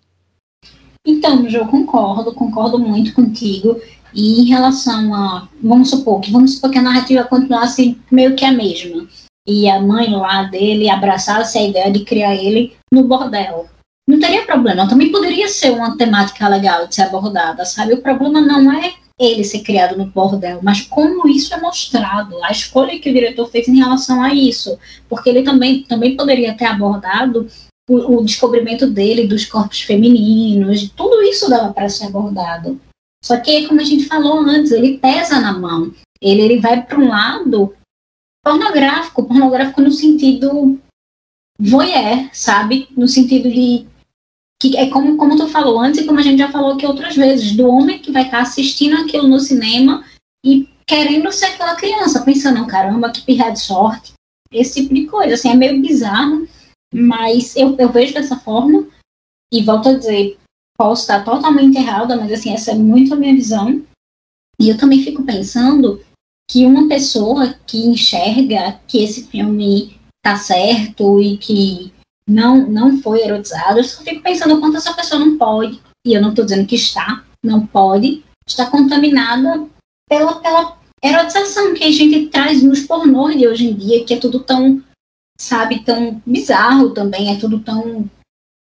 Então, eu concordo muito contigo. E em relação a, vamos supor que a narrativa continuasse meio que a mesma, e a mãe lá dele abraçasse a ideia de criar ele no bordel, não teria problema, também poderia ser uma temática legal de ser abordada, sabe? O problema não é ele ser criado no bordel, mas como isso é mostrado, a escolha que o diretor fez em relação a isso, porque ele também poderia ter abordado o descobrimento dele dos corpos femininos, tudo isso dava para ser abordado. Só que, como a gente falou antes, ele pesa na mão. Ele vai para um lado pornográfico no sentido voyeur, sabe? No sentido de que é como tu falou antes e como a gente já falou aqui outras vezes, do homem que vai estar assistindo aquilo no cinema e querendo ser aquela criança, pensando, caramba, que pirra de sorte, esse tipo de coisa. Assim, é meio bizarro, mas eu vejo dessa forma e volto a dizer, posso estar totalmente errada, mas assim, essa é muito a minha visão. E eu também fico pensando que uma pessoa que enxerga que esse filme tá certo e que não foi erotizado, eu só fico pensando quanto essa pessoa não pode, e eu não estou dizendo que não pode, está contaminada pela erotização que a gente traz nos pornôs de hoje em dia, que é tudo tão, sabe, tão bizarro também, é tudo tão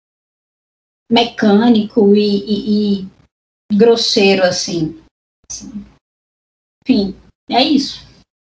mecânico e grosseiro, assim. Enfim, é isso.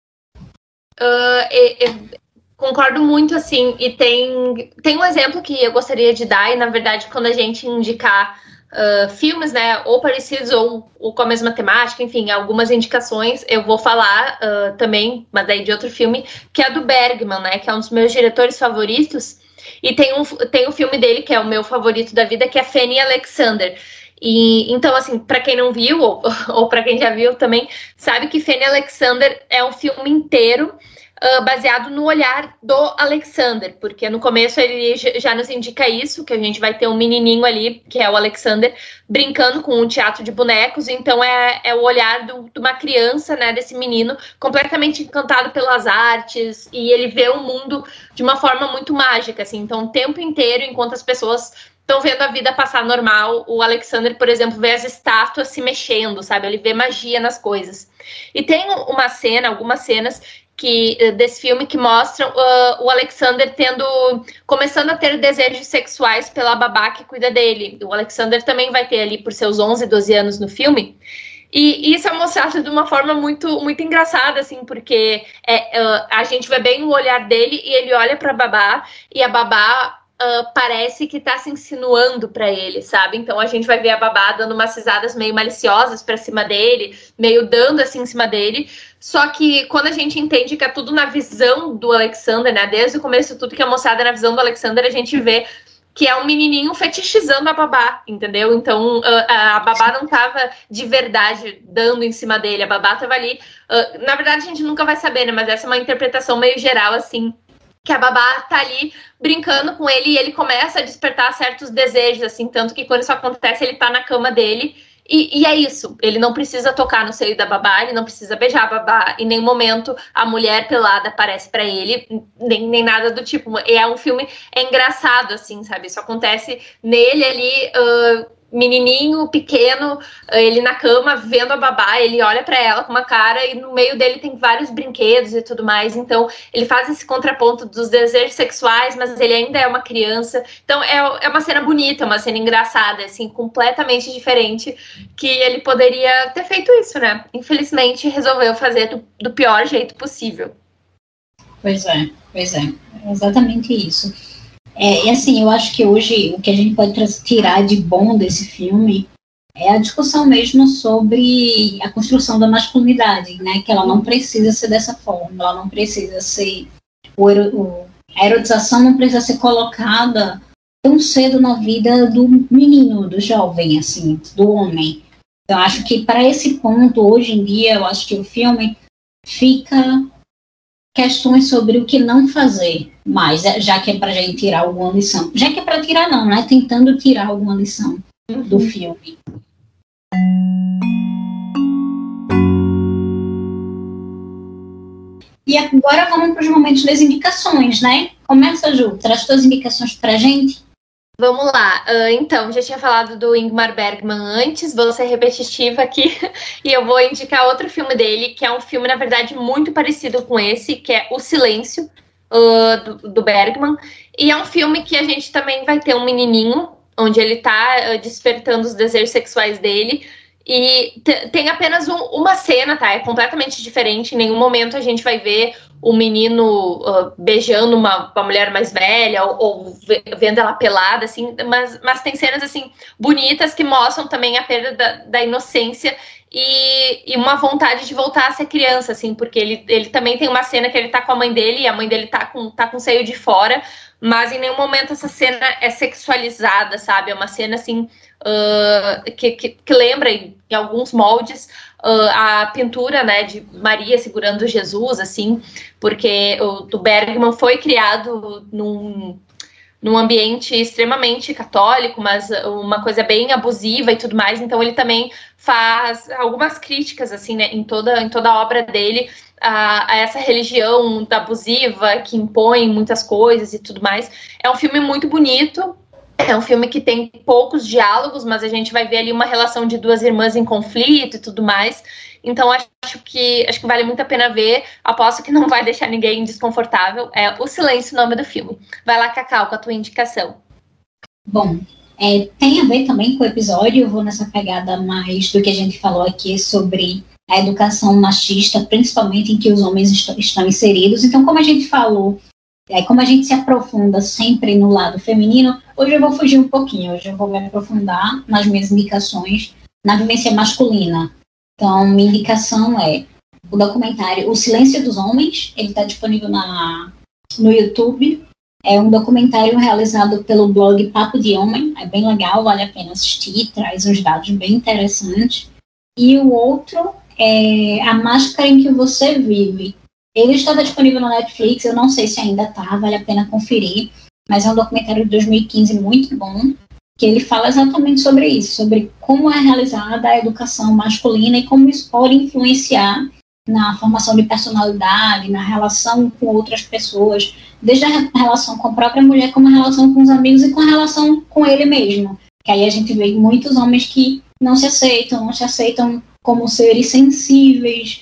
Concordo muito, assim, e tem um exemplo que eu gostaria de dar, e na verdade, quando a gente indicar filmes, né, ou parecidos ou com a mesma temática, enfim, algumas indicações, eu vou falar também, mas daí de outro filme, que é do Bergman, né, que é um dos meus diretores favoritos. E tem um filme dele, que é o meu favorito da vida, que é Fanny Alexander. E, então, assim, para quem não viu, ou para quem já viu também, sabe que Fanny Alexander é um filme inteiro baseado no olhar do Alexander, porque no começo ele já nos indica isso, que a gente vai ter um menininho ali, que é o Alexander, brincando com um teatro de bonecos, então é o olhar de uma criança, né, desse menino, completamente encantado pelas artes, e ele vê o mundo de uma forma muito mágica, assim, então o tempo inteiro, enquanto as pessoas estão vendo a vida passar normal, o Alexander, por exemplo, vê as estátuas se mexendo, sabe, ele vê magia nas coisas. E tem algumas cenas desse filme que mostram o Alexander começando a ter desejos sexuais pela babá que cuida dele. O Alexander também vai ter ali por seus 11, 12 anos no filme. E isso é mostrado de uma forma muito, muito engraçada, assim, porque a gente vê bem o olhar dele e ele olha pra babá e a babá parece que tá se insinuando pra ele, sabe? Então a gente vai ver a babá dando umas risadas meio maliciosas pra cima dele, meio dando assim em cima dele. Só que quando a gente entende que é tudo na visão do Alexander, né? Desde o começo, tudo que é mostrado é na visão do Alexander, a gente vê que é um menininho fetichizando a babá, entendeu? Então, a babá não tava de verdade dando em cima dele, a babá tava ali. Na verdade, a gente nunca vai saber, né? Mas essa é uma interpretação meio geral, assim, que a babá tá ali brincando com ele e ele começa a despertar certos desejos, assim, tanto que quando isso acontece, ele tá na cama dele. E é isso, ele não precisa tocar no seio da babá, ele não precisa beijar a babá, em nenhum momento a mulher pelada aparece pra ele, nem nada do tipo. É um filme, é engraçado, assim, sabe? Isso acontece nele ali, menininho, pequeno, ele na cama, vendo a babá, ele olha pra ela com uma cara e no meio dele tem vários brinquedos e tudo mais, então ele faz esse contraponto dos desejos sexuais, mas ele ainda é uma criança, então é uma cena bonita, uma cena engraçada, assim, completamente diferente, que ele poderia ter feito isso, né? Infelizmente resolveu fazer do pior jeito possível. Pois é, exatamente isso. E assim, eu acho que hoje o que a gente pode tirar de bom desse filme é a discussão mesmo sobre a construção da masculinidade, né? Que ela não precisa ser dessa forma, ela não precisa ser... A erotização não precisa ser colocada tão cedo na vida do menino, do jovem, assim, do homem. Então, acho que para esse ponto, hoje em dia, eu acho que o filme fica... questões sobre o que não fazer mais, já que é para gente tirar alguma lição. Já que é para tirar não, né? Tentando tirar alguma lição do filme. E agora vamos para os momentos das indicações, né? Começa, Ju, traz suas indicações pra gente. Vamos lá, então, já tinha falado do Ingmar Bergman antes, vou ser repetitiva aqui, e eu vou indicar outro filme dele, que é um filme, na verdade, muito parecido com esse, que é O Silêncio, do Bergman, e é um filme que a gente também vai ter um menininho, onde ele tá despertando os desejos sexuais dele, e tem apenas uma cena, tá? É completamente diferente, em nenhum momento a gente vai ver o menino beijando uma mulher mais velha ou vendo ela pelada, assim, mas tem cenas, assim, bonitas que mostram também a perda da inocência e uma vontade de voltar a ser criança, assim, porque ele também tem uma cena que ele tá com a mãe dele e a mãe dele tá com o seio de fora, mas em nenhum momento essa cena é sexualizada, sabe? É uma cena, assim, que lembra, em alguns moldes, a pintura, né, de Maria segurando Jesus, assim, porque o Bergman foi criado num ambiente extremamente católico, mas uma coisa bem abusiva e tudo mais, então ele também faz algumas críticas, assim, né, em toda a obra dele, a essa religião abusiva que impõe muitas coisas e tudo mais. É um filme muito bonito, é um filme que tem poucos diálogos, mas a gente vai ver ali uma relação de duas irmãs em conflito e tudo mais. Então, acho que vale muito a pena ver. Aposto que não vai deixar ninguém desconfortável. É O Silêncio, o nome do filme. Vai lá, Cacau, com a tua indicação. Bom, tem a ver também com o episódio. Eu vou nessa pegada mais do que a gente falou aqui sobre a educação machista, principalmente em que os homens estão inseridos. Então, como a gente falou, como a gente se aprofunda sempre no lado feminino, hoje eu vou fugir um pouquinho. Hoje eu vou me aprofundar nas minhas indicações na vivência masculina. Então, minha indicação é o documentário O Silêncio dos Homens. Ele está disponível no YouTube. É um documentário realizado pelo blog Papo de Homem. É bem legal, vale a pena assistir. Traz uns dados bem interessantes. E o outro é A Máscara em que Você Vive. Ele estava disponível no Netflix. Eu não sei se ainda está, vale a pena conferir. Mas é um documentário de 2015 muito bom, que ele fala exatamente sobre isso, sobre como é realizada a educação masculina e como isso pode influenciar na formação de personalidade, na relação com outras pessoas, desde a relação com a própria mulher, como a relação com os amigos e com a relação com ele mesmo. Que aí a gente vê muitos homens que não se aceitam como seres sensíveis,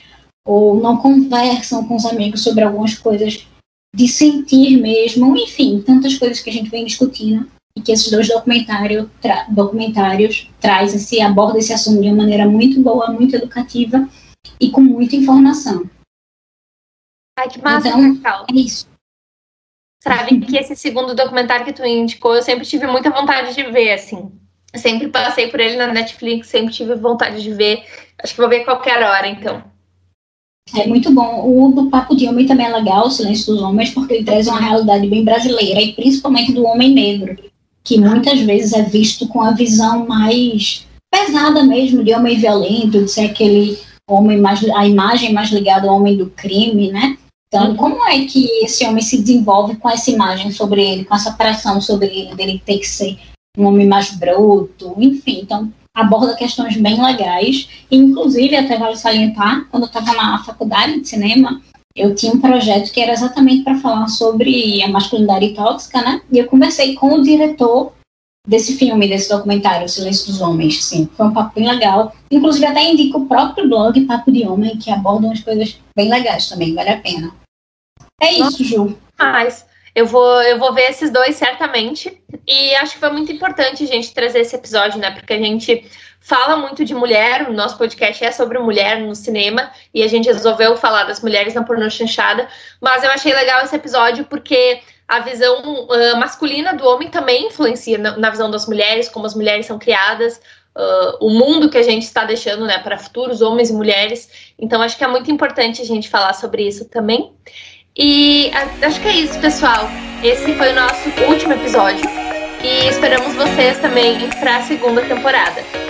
ou não conversam com os amigos sobre algumas coisas de sentir mesmo, enfim, tantas coisas que a gente vem discutindo e que esses dois documentários abordam esse assunto de uma maneira muito boa, muito educativa e com muita informação. Ai, que massa, então, Cacau. É isso. Sabe que esse segundo documentário que tu indicou, eu sempre tive muita vontade de ver, assim. Eu sempre passei por ele na Netflix, sempre tive vontade de ver. Acho que vou ver a qualquer hora, então. É muito bom. O do Papo de Homem também é legal, O Silêncio dos Homens, porque ele traz uma realidade bem brasileira, e principalmente do homem negro, que muitas vezes é visto com a visão mais pesada mesmo, de homem violento, de ser aquele homem mais, a imagem mais ligada ao homem do crime, né? Então, como é que esse homem se desenvolve com essa imagem sobre ele, com essa pressão sobre ele, dele ter que ser um homem mais bruto, enfim. Então, aborda questões bem legais. E, inclusive, até vale salientar, quando eu estava na faculdade de cinema, eu tinha um projeto que era exatamente para falar sobre a masculinidade tóxica, né? E eu conversei com o diretor desse filme, desse documentário, O Silêncio dos Homens. Sim, foi um papo bem legal. Inclusive, até indico o próprio blog Papo de Homem, que aborda umas coisas bem legais também, vale a pena. É isso, Ju. Mas eu vou ver esses dois certamente. E acho que foi muito importante a gente trazer esse episódio, né? Porque a gente fala muito de mulher, o nosso podcast é sobre mulher no cinema, e a gente resolveu falar das mulheres na pornô chanchada. Mas eu achei legal esse episódio porque a visão masculina do homem também influencia na visão das mulheres, como as mulheres são criadas, o mundo que a gente está deixando, né, para futuros homens e mulheres. Então acho que é muito importante a gente falar sobre isso também. E acho que é isso, pessoal. Esse foi o nosso último episódio. E esperamos vocês também para a segunda temporada.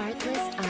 Artlist